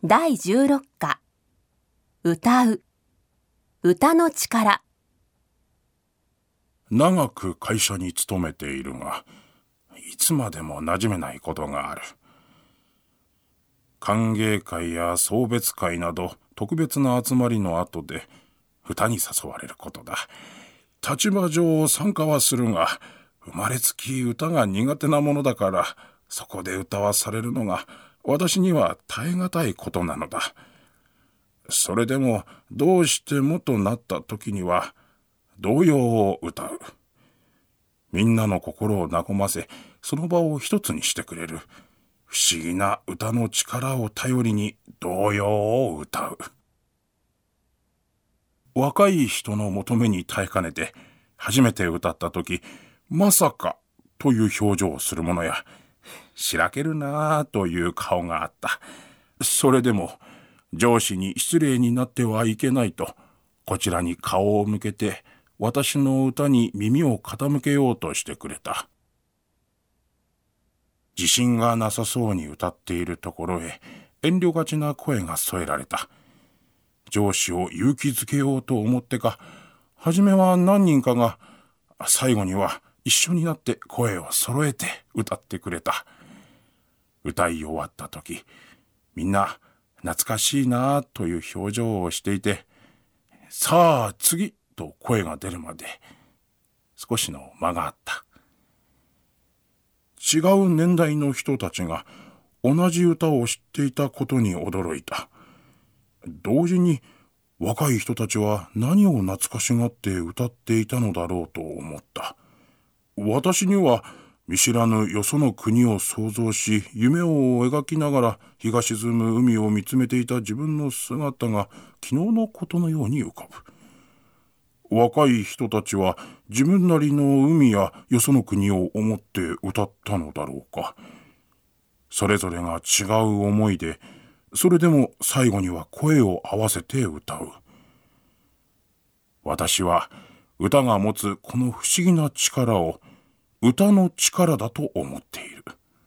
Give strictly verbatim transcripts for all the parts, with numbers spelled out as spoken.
だいじゅうろっか歌う歌の力。 長く会社に勤めているが、いつまでも馴染めないことがある。歓迎会や送別会など特別な集まりの後で歌に誘われることだ。立場上参加はするが、生まれつき歌が苦手なものだから、そこで歌わされるのが私には耐え難いことなのだ。それでもどうしてもとなった時には童謡を歌う。みんなの心を和ませ、その場を一つにしてくれる不思議な歌の力を頼りに童謡を歌う。若い人の求めに耐えかねて初めて歌った時、まさかという表情をする者や、しらけるなあという顔があった。それでも上司に失礼になってはいけないと、こちらに顔を向けて私の歌に耳を傾けようとしてくれた。自信がなさそうに歌っているところへ遠慮がちな声が添えられた。上司を勇気づけようと思ってか、はじめは何人かが、最後には一緒になって声を揃えて歌ってくれた。歌い終わった時、みんな懐かしいなという表情をしていて、さあ次と声が出るまで少しの間があった。違う年代の人たちが同じ歌を知っていたことに驚いた。同時に若い人たちは何を懐かしがって歌っていたのだろうと思った。私には見知らぬよその国を想像し、夢を描きながら日が沈む海を見つめていた自分の姿が昨日のことのように浮かぶ。若い人たちは自分なりの海やよその国を思って歌ったのだろうか。それぞれが違う思いで、それでも最後には声を合わせて歌う。私は歌が持つこの不思議な力を歌の力だと思っている。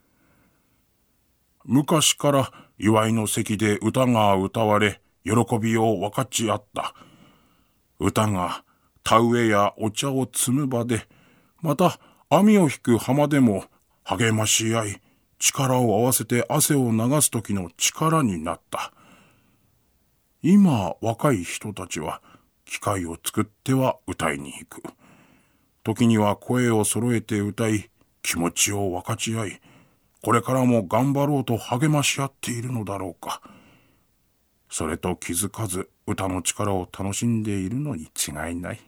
昔から祝いの席で歌が歌われ、喜びを分かち合った。歌が田植えやお茶を摘む場で、また網を引く浜でも励まし合い、力を合わせて汗を流す時の力になった。今若い人たちは機械を作っては歌いに行く。時には声を揃えて歌い、気持ちを分かち合い、これからも頑張ろうと励まし合っているのだろうか。それと気づかず歌の力を楽しんでいるのに違いない。